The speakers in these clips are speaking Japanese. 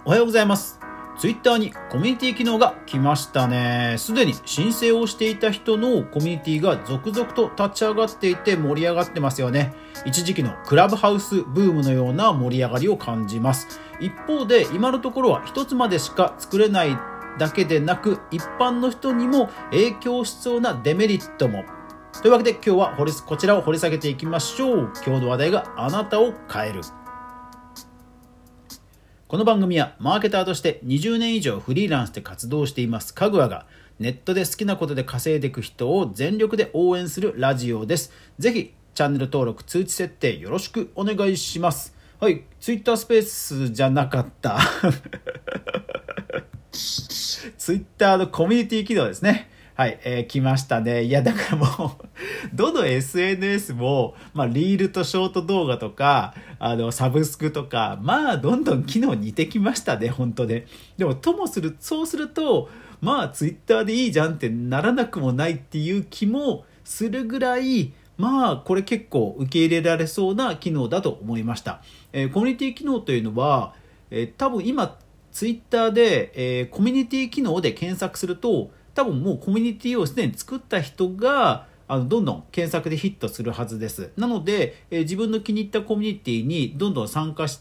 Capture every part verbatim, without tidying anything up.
おはようございます。ツイッターにコミュニティ機能が来ましたね。すでに申請をしていた人のコミュニティが続々と立ち上がっていて盛り上がってますよね。一時期のクラブハウスブームのような盛り上がりを感じます。一方で今のところは一つまでしか作れないだけでなく、一般の人にも影響しそうなデメリットも。というわけで今日は掘りこちらを掘り下げていきましょう。今日の話題があなたを変える。この番組はマーケターとしてにじゅうねん以上フリーランスで活動していますかぐわが、ネットで好きなことで稼いでいく人を全力で応援するラジオです。ぜひチャンネル登録、通知設定よろしくお願いします。はい、ツイッタースペースじゃなかったツイッターのコミュニティ機能ですね。はい、えー、来ましたね。いや、だからもう、どの エスエヌエス も、まあ、リールとショート動画とか、あの、サブスクとか、まあ、どんどん機能似てきましたね、本当で。でも、ともする、そうすると、まあ、ツイッターでいいじゃんってならなくもないっていう気もするぐらい、まあ、これ結構受け入れられそうな機能だと思いました。えー、コミュニティ機能というのは、えー、多分今、ツイッターで、えー、コミュニティ機能で検索すると、多分もうコミュニティをすでに作った人があのどんどん検索でヒットするはずです。なので、えー、自分の気に入ったコミュニティにどんどん参加して、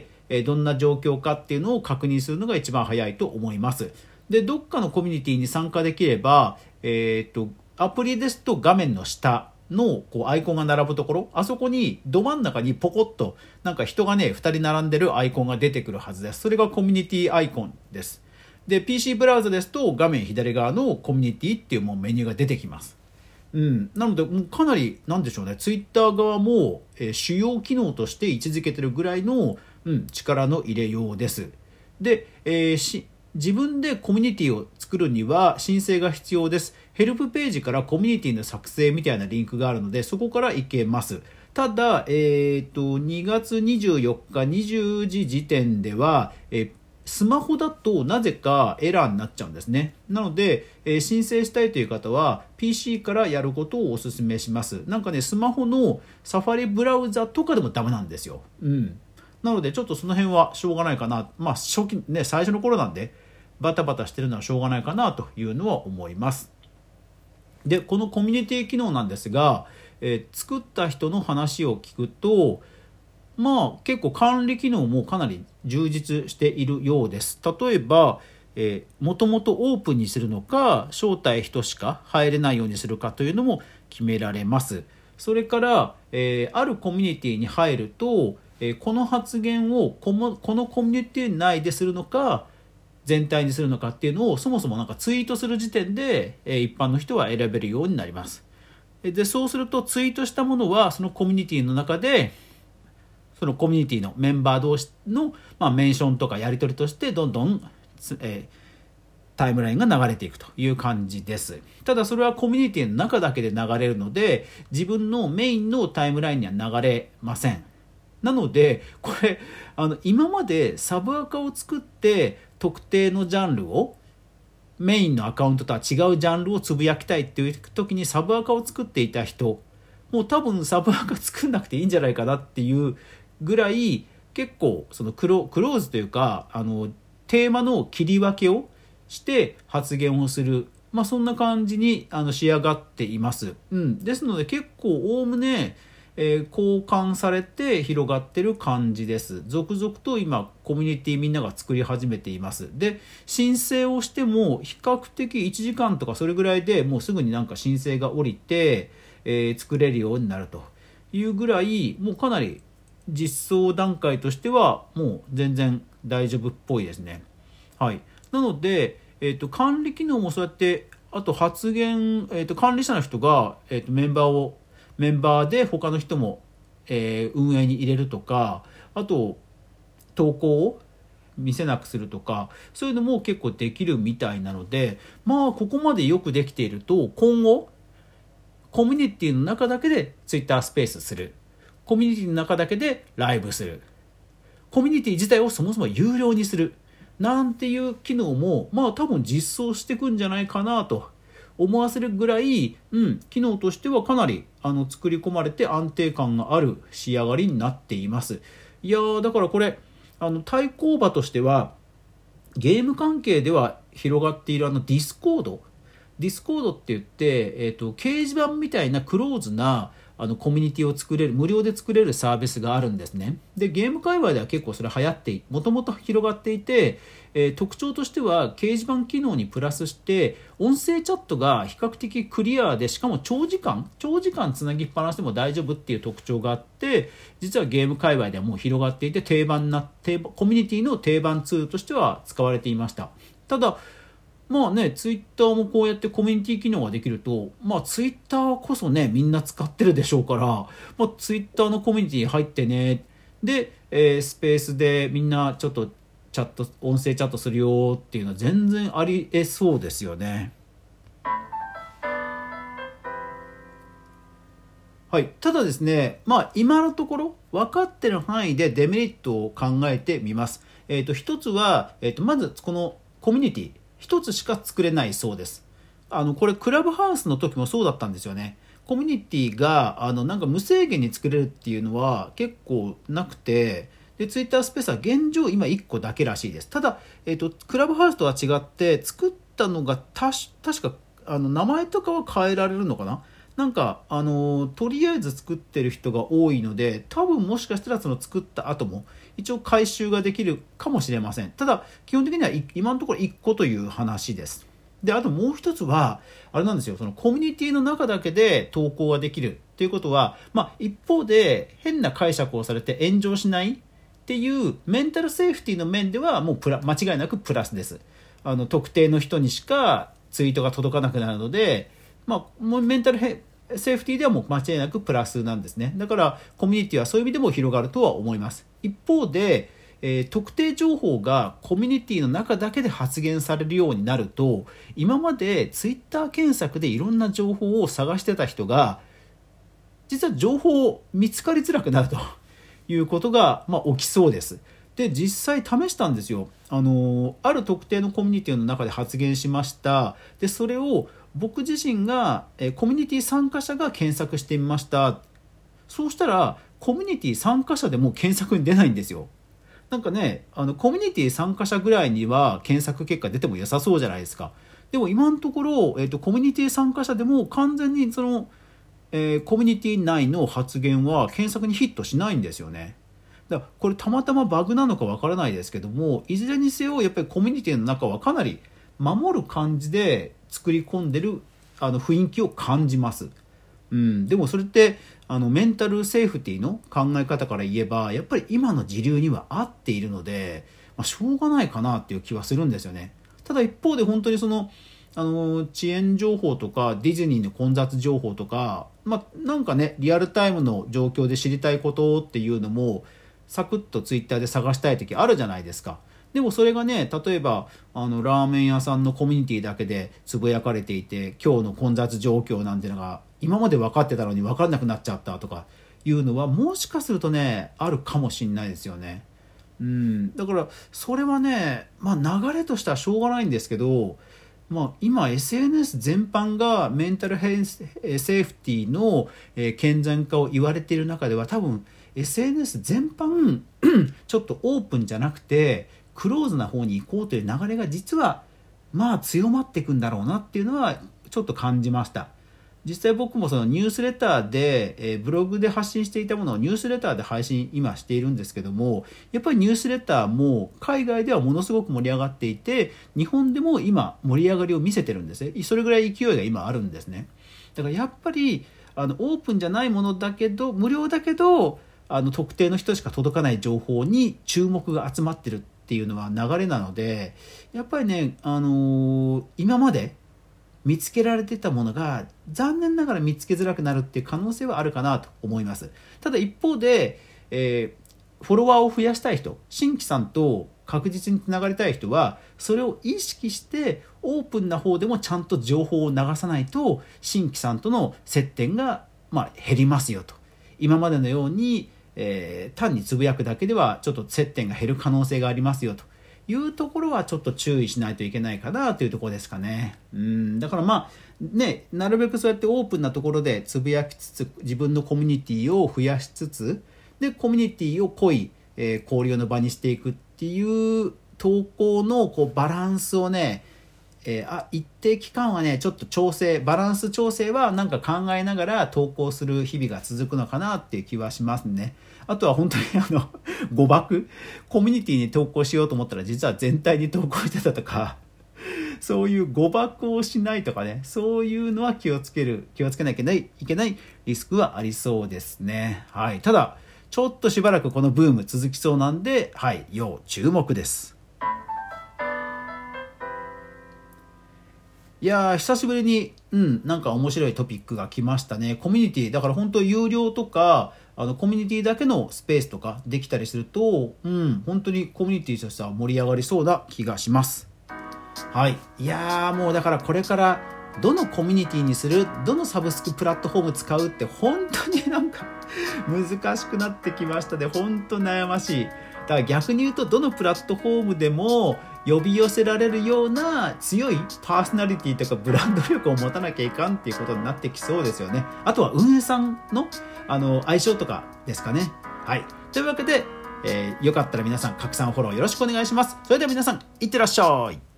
えー、どんな状況かっていうのを確認するのが一番早いと思います。で、どっかのコミュニティに参加できれば、えー、っとアプリですと画面の下のこうアイコンが並ぶところ、あそこにど真ん中にポコッとなんか人がねふたり並んでるアイコンが出てくるはずです。それがコミュニティアイコンです。で ピーシー ブラウザですと画面左側のコミュニティっていうもうメニューが出てきます。うん、なのでもうかなりなんでしょうね、ツイッター側も、えー、主要機能として位置づけてるぐらいの、うん、力の入れようです。で、えー、し自分でコミュニティを作るには申請が必要です。ヘルプページからコミュニティの作成みたいなリンクがあるのでそこから行けます。ただ、えー、とにがつにじゅうよっかにじゅうじ時点では、えースマホだとなぜかエラーになっちゃうんですね。なので、えー、申請したいという方は ピーシー からやることをお勧めします。なんかね、スマホのサファリブラウザとかでもダメなんですよ。うん。なのでちょっとその辺はしょうがないかな。まあ初期ね、最初の頃なんでバタバタしてるのはしょうがないかなというのは思います。で、このコミュニティ機能なんですが、えー、作った人の話を聞くと、まあ結構管理機能もかなり充実しているようです。例えば、えー、もともとオープンにするのか招待人しか入れないようにするかというのも決められます。それから、えー、あるコミュニティに入ると、えー、この発言をこの、このコミュニティ内でするのか全体にするのかっていうのをそもそもなんかツイートする時点で、えー、一般の人は選べるようになります。で、そうするとツイートしたものはそのコミュニティの中でそのコミュニティのメンバー同士の、まあ、メンションとかやり取りとしてどんどん、えー、タイムラインが流れていくという感じです。ただそれはコミュニティの中だけで流れるので自分のメインのタイムラインには流れません。なのでこれあの今までサブアカを作って特定のジャンルをメインのアカウントとは違うジャンルをつぶやきたいっていう時にサブアカを作っていた人、もう多分サブアカ作んなくていいんじゃないかなっていうぐらい結構そのクロ、クローズというかあのテーマの切り分けをして発言をする、まあ、そんな感じにあの仕上がっています。うん、ですので結構おおむね、えー、交換されて広がってる感じです。続々と今コミュニティみんなが作り始めています。で、申請をしても比較的いちじかんとかそれぐらいでもうすぐになんか申請が降りて、えー、作れるようになるというぐらいもうかなり実装段階としてはもう全然大丈夫っぽいですね。はい。なので、えーと、管理機能もそうやってあと発言、えーと、管理者の人が、えーと、メンバーをメンバーで他の人も、えー、運営に入れるとか、あと投稿を見せなくするとか、そういうのも結構できるみたいなので、まあここまでよくできていると今後コミュニティの中だけで Twitter スペースする、コミュニティの中だけでライブする、コミュニティ自体をそもそも有料にするなんていう機能もまあ多分実装していくんじゃないかなと思わせるぐらい、うん、機能としてはかなりあの作り込まれて安定感がある仕上がりになっています。いやーだからこれあの対抗馬としてはゲーム関係では広がっているあのディスコードディスコードって言って、えーと、掲示板みたいなクローズなあのコミュニティを作れる無料で作れるサービスがあるんですね。でゲーム界隈では結構それ流行ってもともと広がっていて、えー、特徴としては掲示板機能にプラスして音声チャットが比較的クリアで、しかも長時間長時間つなぎっぱなしでも大丈夫っていう特徴があって、実はゲーム界隈ではもう広がっていて定番な定番コミュニティの定番ツールとしては使われていました。ただまあね、ツイッターもこうやってコミュニティ機能ができると、まあツイッターこそね、みんな使ってるでしょうから、まあツイッターのコミュニティ入ってね、で、えー、スペースでみんなちょっとチャット、音声チャットするよっていうのは全然ありえそうですよね。はい。ただですね、まあ今のところ分かってる範囲でデメリットを考えてみます。えっと、一つは、えっと、まずこのコミュニティ、一つしか作れないそうです。あのこれクラブハウスの時もそうだったんですよね。コミュニティがあのなんか無制限に作れるっていうのは結構なくて、でツイッタースペースは現状今いっこだけらしいです。ただ、えーと、クラブハウスとは違って作ったのがたし確かあの名前とかは変えられるのかな。なんかあのとりあえず作ってる人が多いので、多分もしかしたらその作った後も一応回収ができるかもしれません。ただ基本的には今のところいっこという話です。であともう一つはあれなんですよ、そのコミュニティの中だけで投稿ができるっていうことは、まあ、一方で変な解釈をされて炎上しないっていうメンタルセーフティーの面ではもうプラ間違いなくプラスです。あの特定の人にしかツイートが届かなくなるので、まあ、もうメンタルヘセーフティーではもう間違いなくプラスなんですね。だからコミュニティはそういう意味でも広がるとは思います。一方で、えー、特定情報がコミュニティの中だけで発言されるようになると、今までツイッター検索でいろんな情報を探してた人が実は情報を見つかりづらくなるということが、まあ、起きそうです。で実際試したんですよ。あのある特定のコミュニティの中で発言しました。でそれを僕自身がえコミュニティ参加者が検索してみました。そうしたらコミュニティ参加者でも検索に出ないんですよ。なんかね、あのコミュニティ参加者ぐらいには検索結果出ても良さそうじゃないですか。でも今のところ、えーと、コミュニティ参加者でも完全にその、えー、コミュニティ内の発言は検索にヒットしないんですよね。だからこれたまたまバグなのかわからないですけども、いずれにせよやっぱりコミュニティの中はかなり守る感じで作り込んでるあの雰囲気を感じます。うん、でもそれってあのメンタルセーフティーの考え方から言えばやっぱり今の時流には合っているので、まあ、しょうがないかなっていう気はするんですよね。ただ一方で本当にそのあの遅延情報とかディズニーの混雑情報とか、まあ、なんかねリアルタイムの状況で知りたいことっていうのもサクッとツイッターで探したい時あるじゃないですか。でもそれがね、例えばあのラーメン屋さんのコミュニティだけでつぶやかれていて、今日の混雑状況なんていうのが今まで分かってたのに分からなくなっちゃったとかいうのはもしかするとねあるかもしれないですよね。うん、だからそれはね、まあ、流れとしてはしょうがないんですけど、まあ、今 エスエヌエス 全般がメンタルヘルスセーフティーの健全化を言われている中では、多分 エスエヌエス 全般ちょっとオープンじゃなくてクローズな方に行こうという流れが実はまあ強まっていくんだろうなっていうのはちょっと感じました。実際僕もそのニュースレターで、えー、ブログで発信していたものをニュースレターで配信今しているんですけども、やっぱりニュースレターも海外ではものすごく盛り上がっていて、日本でも今盛り上がりを見せてるんですね。それぐらい勢いが今あるんですね。だからやっぱりあのオープンじゃないものだけど無料だけどあの特定の人しか届かない情報に注目が集まってるっていうのは流れなので、やっぱりね、あのー、今まで見つけられてたものが残念ながら見つけづらくなるっていう可能性はあるかなと思います。ただ一方で、えー、フォロワーを増やしたい人、新規さんと確実につながりたい人はそれを意識してオープンな方でもちゃんと情報を流さないと新規さんとの接点が、まあ、減りますよと。今までのように、えー、単につぶやくだけではちょっと接点が減る可能性がありますよというところはちょっと注意しないといけないかなというところですかね。うんだからまあね、なるべくそうやってオープンなところでつぶやきつつ自分のコミュニティを増やしつつでコミュニティを濃い、えー、交流の場にしていくっていう投稿のこうバランスをね、えー、あ一定期間はねちょっと調整バランス調整はなんか考えながら投稿する日々が続くのかなっていう気はしますね。あとは本当にあの誤爆コミュニティに投稿しようと思ったら実は全体に投稿してたとか、そういう誤爆をしないとかね、そういうのは気をつける気をつけなきゃいけないいけないリスクはありそうですね。はい。ただちょっとしばらくこのブーム続きそうなんで、はい、要注目です。いやー久しぶりに、うん、なんか面白いトピックが来ましたね。コミュニティだから本当有料とかあのコミュニティだけのスペースとかできたりすると、うん、本当にコミュニティとしては盛り上がりそうな気がします。はい。いやーもうだからこれからどのコミュニティにする、どのサブスクプラットフォーム使うって本当になんか難しくなってきましたね。本当悩ましい。だから逆に言うとどのプラットフォームでも呼び寄せられるような強いパーソナリティとかブランド力を持たなきゃいかんっていうことになってきそうですよね。あとは運営さんの、あの相性とかですかね。はい。というわけで、えー、よかったら皆さん拡散フォローよろしくお願いします。それでは皆さんいってらっしゃい。